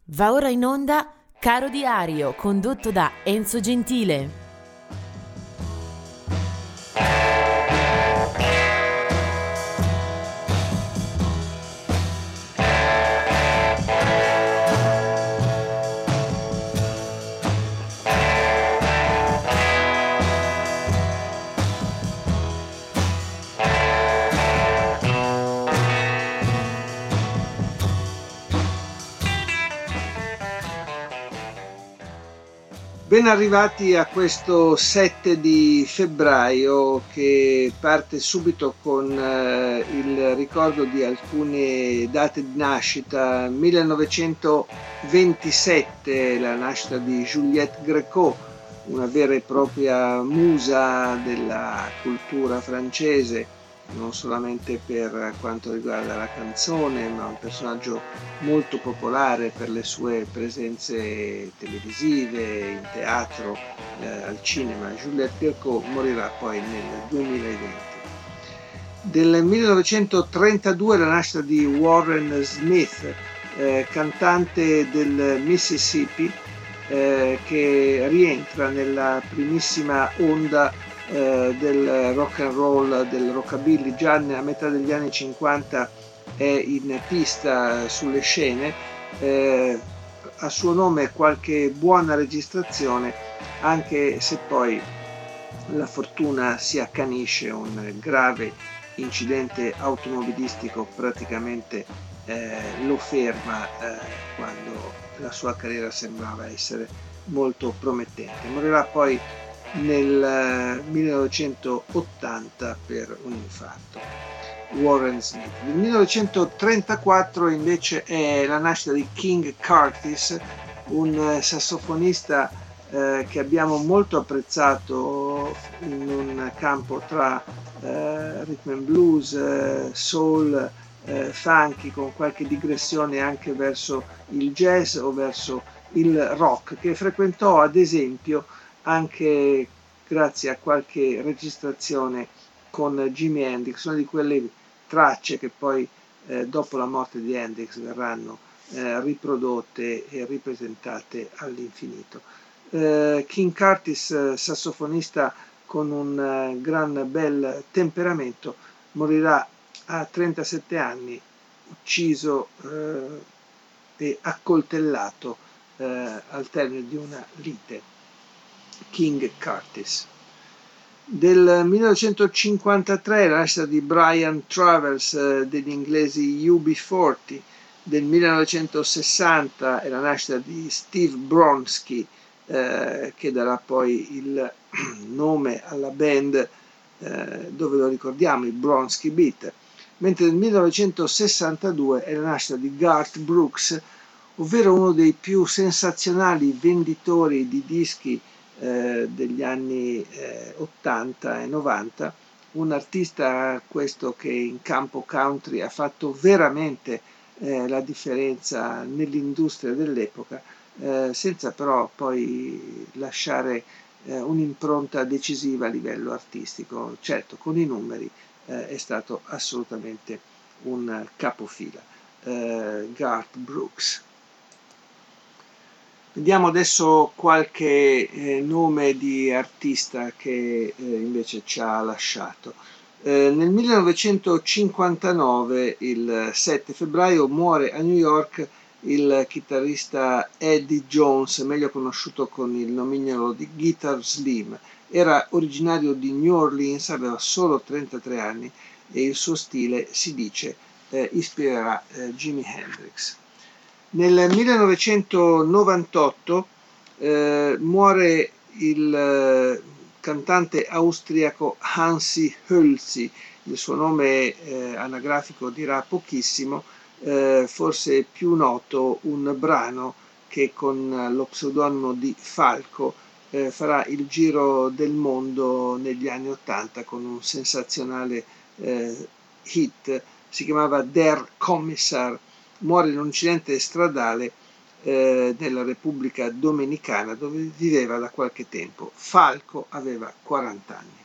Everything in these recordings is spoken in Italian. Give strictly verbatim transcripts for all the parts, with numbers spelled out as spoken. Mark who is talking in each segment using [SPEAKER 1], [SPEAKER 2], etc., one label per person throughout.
[SPEAKER 1] Va ora in onda Caro Diario, condotto da Enzo Gentile.
[SPEAKER 2] Ben arrivati a questo sette di febbraio che parte subito con eh, il ricordo di alcune date di nascita. millenovecentoventisette, la nascita di Juliette Gréco, una vera e propria musa della cultura francese, non solamente per quanto riguarda la canzone, ma un personaggio molto popolare per le sue presenze televisive, in teatro, eh, al cinema. Juliette Gréco morirà poi nel duemilaventi. Del millenovecentotrentadue la nascita di Warren Smith, eh, cantante del Mississippi, eh, che rientra nella primissima onda eh, del rock and roll, del rockabilly. Già a metà degli anni cinquanta è in pista sulle scene, eh, a suo nome qualche buona registrazione, anche se poi la fortuna si accanisce, un grave incidente automobilistico praticamente eh, lo ferma eh, quando la sua carriera sembrava essere molto promettente. Morirà poi nel millenovecentottanta per un infarto. Warren Smith. Nel millenovecentotrentaquattro invece è la nascita di King Curtis, un sassofonista eh, che abbiamo molto apprezzato in un campo tra eh, rhythm and blues, eh, soul, eh, funky, con qualche digressione anche verso il jazz o verso il rock, che frequentò ad esempio anche grazie a qualche registrazione con Jimi Hendrix, una di quelle tracce che poi eh, dopo la morte di Hendrix verranno eh, riprodotte e ripresentate all'infinito. Eh, King Curtis, sassofonista con un eh, gran bel temperamento, morirà a trentasette anni, ucciso eh, e accoltellato eh, al termine di una lite. King Curtis. Del millenovecentocinquantatré la nascita di Brian Travers eh, degli inglesi U B quaranta. Del millenovecentosessanta è la nascita di Steve Bronski, eh, che darà poi il nome alla band eh, dove lo ricordiamo, i Bronski Beat. Mentre nel millenovecentosessantadue è la nascita di Garth Brooks, ovvero uno dei più sensazionali venditori di dischi eh, degli anni eh, ottanta e novanta, un artista questo che in campo country ha fatto veramente eh, la differenza nell'industria dell'epoca, eh, senza però poi lasciare eh, un'impronta decisiva a livello artistico. Certo, con i numeri eh, è stato assolutamente un capofila. Eh, Garth Brooks. Vediamo adesso qualche eh, nome di artista che eh, invece ci ha lasciato. Eh, nel millenovecentocinquantanove, il sette febbraio, muore a New York il chitarrista Eddie Jones, meglio conosciuto con il nomignolo di Guitar Slim. Era originario di New Orleans, aveva solo trentatré anni e il suo stile, si dice, eh, ispirerà eh, Jimi Hendrix. Nel millenovecentonovantotto eh, muore il eh, cantante austriaco Hansi Hölzy. Il suo nome eh, anagrafico dirà pochissimo, eh, forse più noto un brano che con lo pseudonimo di Falco eh, farà il giro del mondo negli anni Ottanta con un sensazionale eh, hit, si chiamava Der Kommissar. Muore in un incidente stradale eh, nella Repubblica Dominicana dove viveva da qualche tempo. Falco aveva quaranta anni.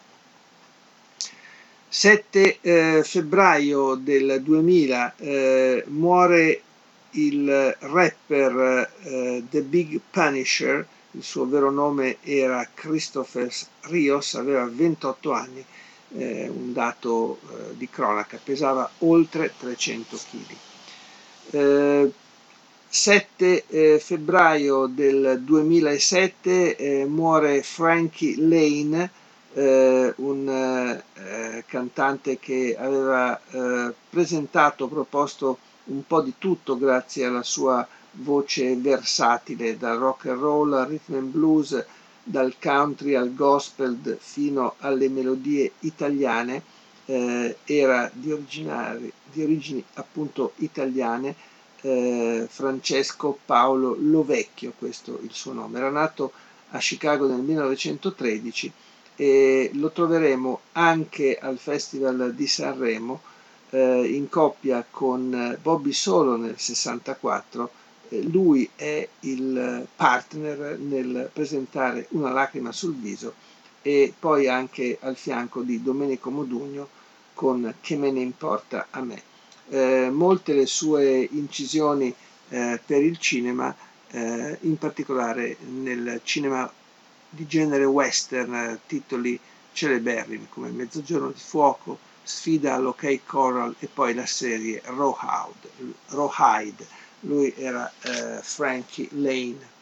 [SPEAKER 2] sette eh, febbraio del duemila eh, muore il rapper eh, The Big Punisher, il suo vero nome era Christopher Rios, aveva ventotto anni, eh, un dato eh, di cronaca, pesava oltre trecento chili. Eh, sette eh, febbraio del duemilasette eh, muore Frankie Lane, eh, un eh, cantante che aveva eh, presentato, proposto un po' di tutto grazie alla sua voce versatile, dal rock and roll al rhythm and blues, dal country al gospel fino alle melodie italiane. Eh, era di, di origini appunto italiane. Eh, Francesco Paolo Lovecchio, questo il suo nome. Era nato a Chicago nel millenovecentotredici e lo troveremo anche al Festival di Sanremo eh, in coppia con Bobby Solo nel sessantaquattro. Eh, lui è il partner nel presentare Una lacrima sul viso, e poi anche al fianco di Domenico Modugno con Che me ne importa a me. Eh, molte le sue incisioni eh, per il cinema, eh, in particolare nel cinema di genere western, eh, titoli celeberrimi come Mezzogiorno di fuoco, Sfida all'Ok Corral e poi la serie Rawhide. Rawhide. Lui era eh, Frankie Lane.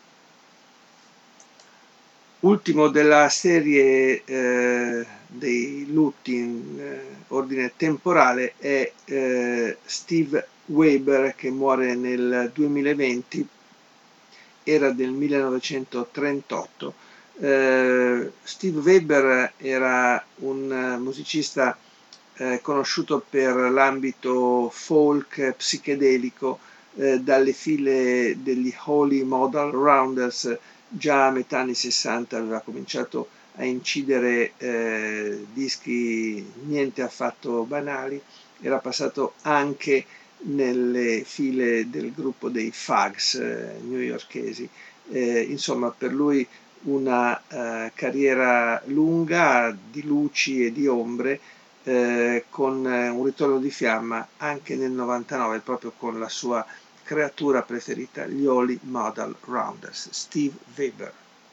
[SPEAKER 2] Ultimo della serie eh, dei lutti in eh, ordine temporale è eh, Steve Weber, che muore nel duemilaventi, era del millenovecentotrentotto. Eh, Steve Weber era un musicista eh, conosciuto per l'ambito folk psichedelico, eh, dalle file degli Holy Modal Rounders. Già a metà anni sessanta aveva cominciato a incidere eh, dischi niente affatto banali, era passato anche nelle file del gruppo dei Fugs eh, newyorkesi. Eh, insomma, per lui una eh, carriera lunga di luci e di ombre, eh, con eh, un ritorno di fiamma anche nel novantanove, proprio con la sua creatura preferita, gli Holy Modal Rounders, Steve Weber.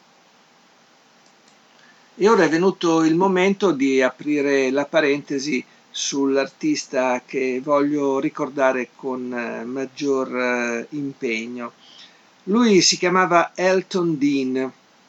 [SPEAKER 2] E ora è venuto il momento di aprire la parentesi sull'artista che voglio ricordare con maggior impegno. Lui si chiamava Elton Dean,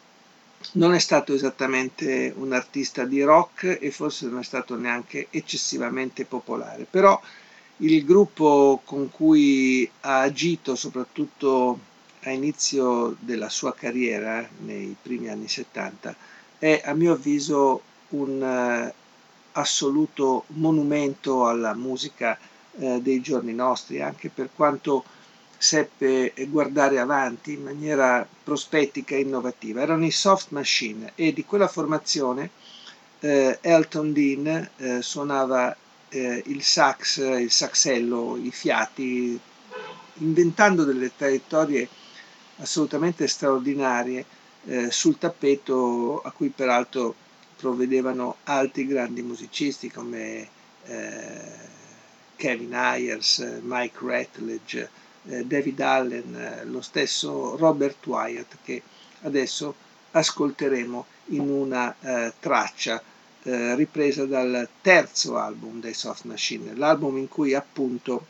[SPEAKER 2] non è stato esattamente un artista di rock e forse non è stato neanche eccessivamente popolare, però il gruppo con cui ha agito soprattutto a inizio della sua carriera, nei primi anni settanta, è a mio avviso un uh, assoluto monumento alla musica uh, dei giorni nostri, anche per quanto seppe guardare avanti in maniera prospettica e innovativa. Erano i Soft Machine e di quella formazione eh, Elton Dean eh, suonava eh, il sax, il saxello, i fiati, inventando delle traiettorie assolutamente straordinarie eh, sul tappeto, a cui peraltro provvedevano altri grandi musicisti come eh, Kevin Ayers, Mike Ratledge, eh, David Allen, eh, lo stesso Robert Wyatt, che adesso ascolteremo in una eh, traccia eh, ripresa dal terzo album dei Soft Machine, l'album in cui appunto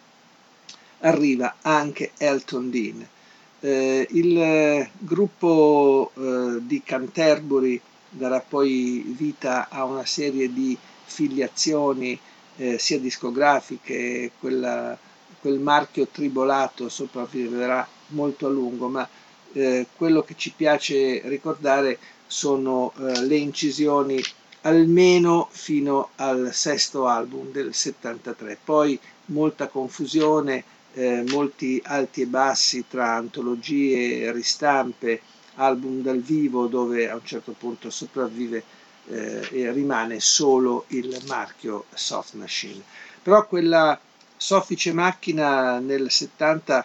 [SPEAKER 2] arriva anche Elton Dean. Eh, il eh, gruppo eh, di Canterbury darà poi vita a una serie di filiazioni eh, sia discografiche, quella, quel marchio tribolato sopravviverà molto a lungo, ma eh, quello che ci piace ricordare sono eh, le incisioni almeno fino al sesto album del settantatré, poi molta confusione, eh, molti alti e bassi tra antologie, ristampe, album dal vivo, dove a un certo punto sopravvive eh, e rimane solo il marchio Soft Machine. Però quella soffice macchina nel settanta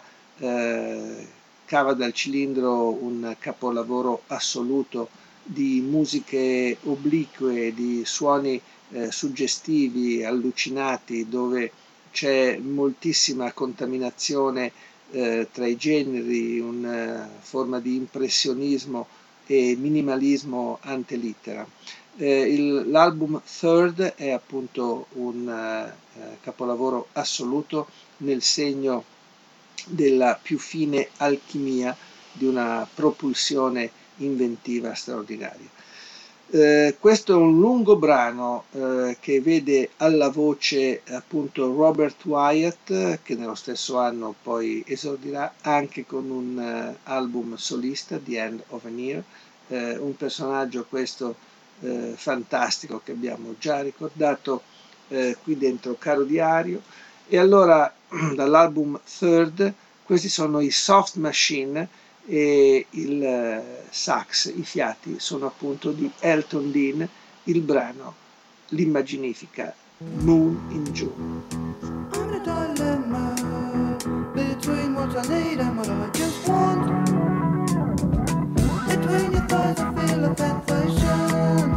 [SPEAKER 2] eh, cava dal cilindro un capolavoro assoluto di musiche oblique, di suoni eh, suggestivi, allucinati, dove c'è moltissima contaminazione eh, tra i generi, una forma di impressionismo e minimalismo ante litteram. Eh, il, l'album Third è appunto un eh, capolavoro assoluto nel segno della più fine alchimia di una propulsione inventiva straordinaria. Eh, questo è un lungo brano eh, che vede alla voce appunto Robert Wyatt, che nello stesso anno poi esordirà anche con un uh, album solista, The End of an Year, eh, un personaggio questo eh, fantastico che abbiamo già ricordato eh, qui dentro Caro Diario. E allora dall'album Third questi sono i Soft Machine e il uh, sax, i fiati sono appunto di Elton Dean, il brano l'immaginifica Moon in June.
[SPEAKER 3] I'm in a dilemma between what I need and what I just want. Between your thighs I feel a temptation.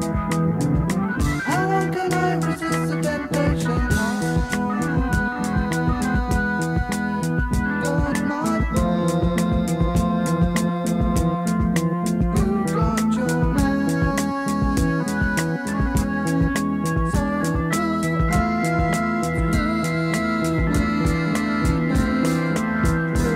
[SPEAKER 3] How long can I resist the temptation? God, my boy, you got your man. So who else do we need?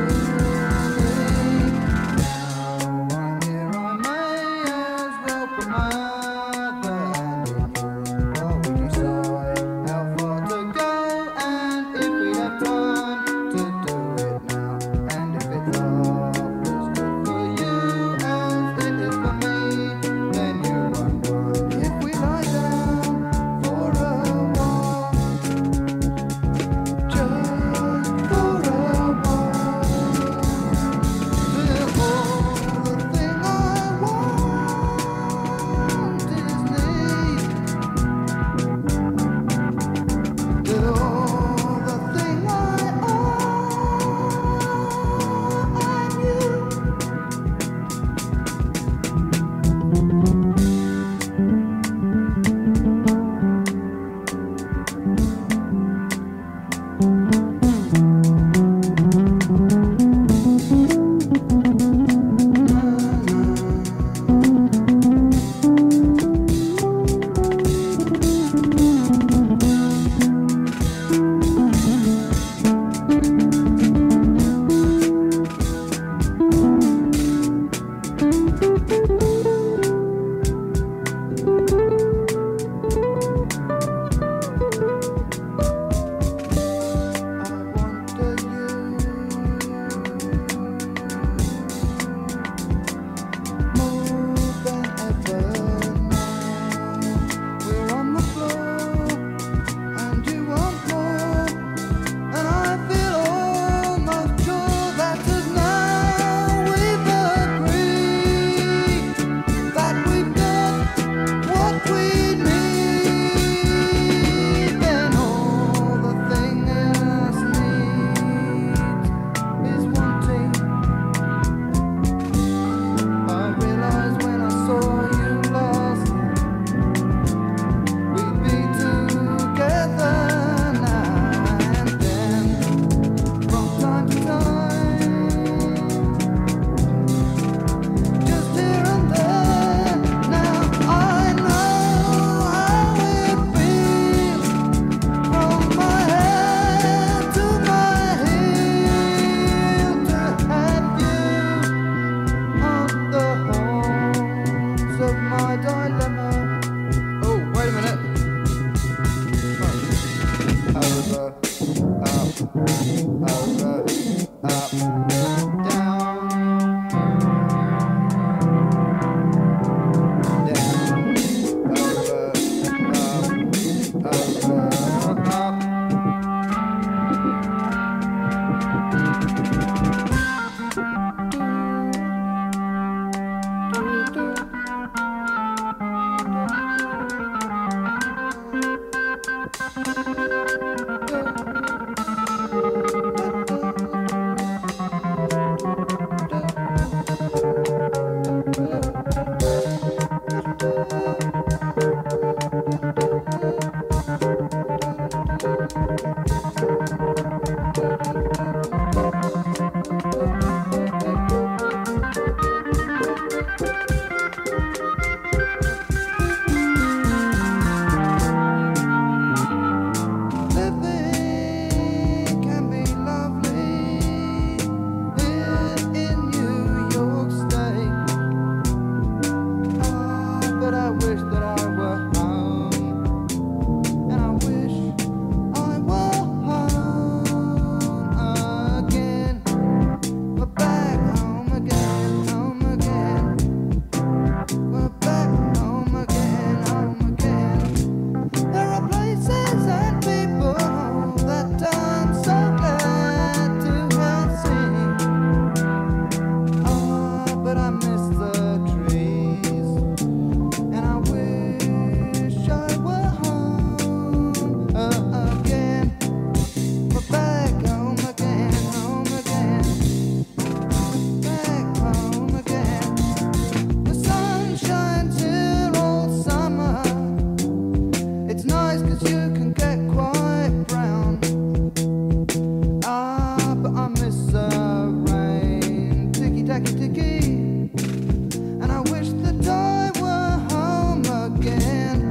[SPEAKER 3] like a ticket, and I wish that I were home again.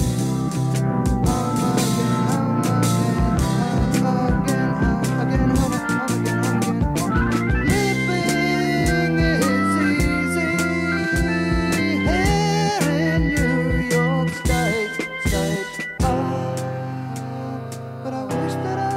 [SPEAKER 3] Home again, home again, home again, home again, home, home again, home again. Living is easy here in New York State, State. Oh, but I wish that I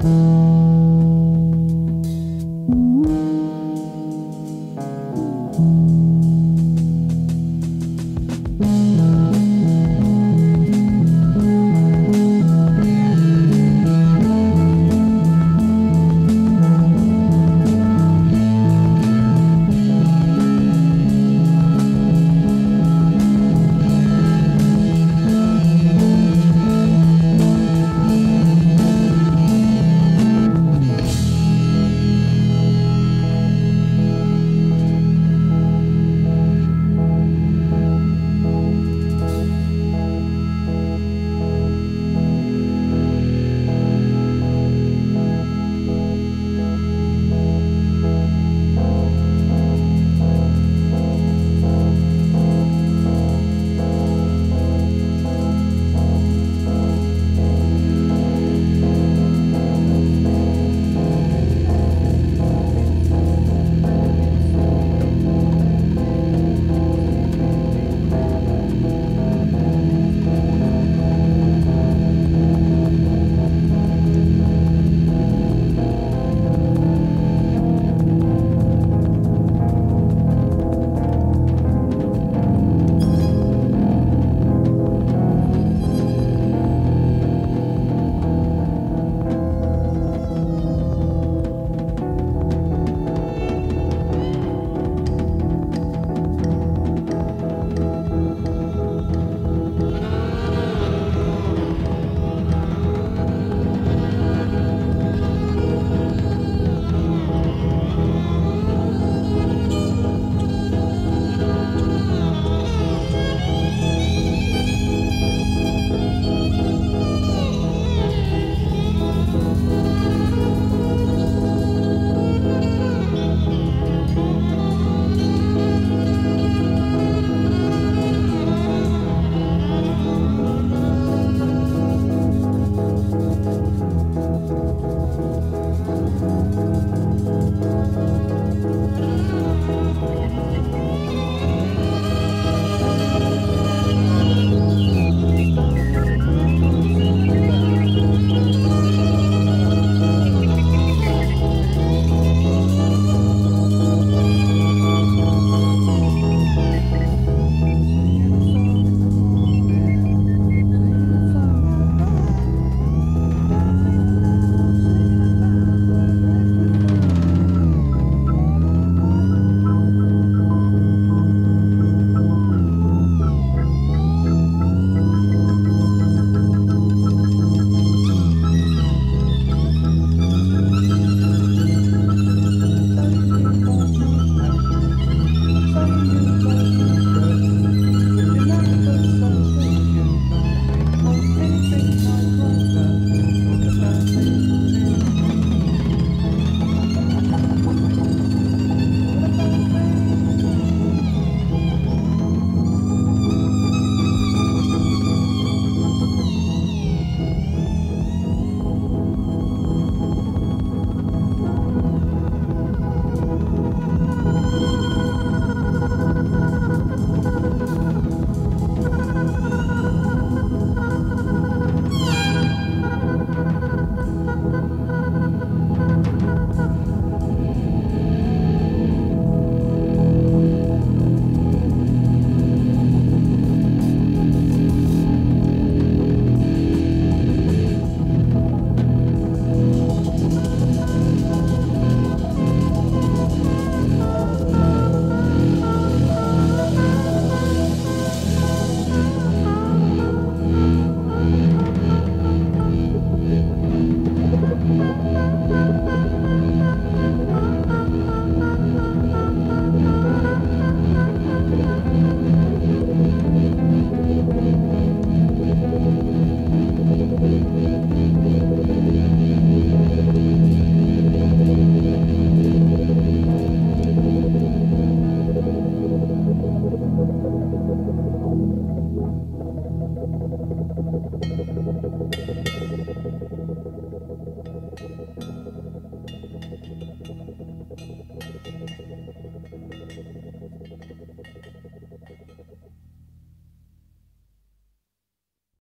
[SPEAKER 3] Thank you.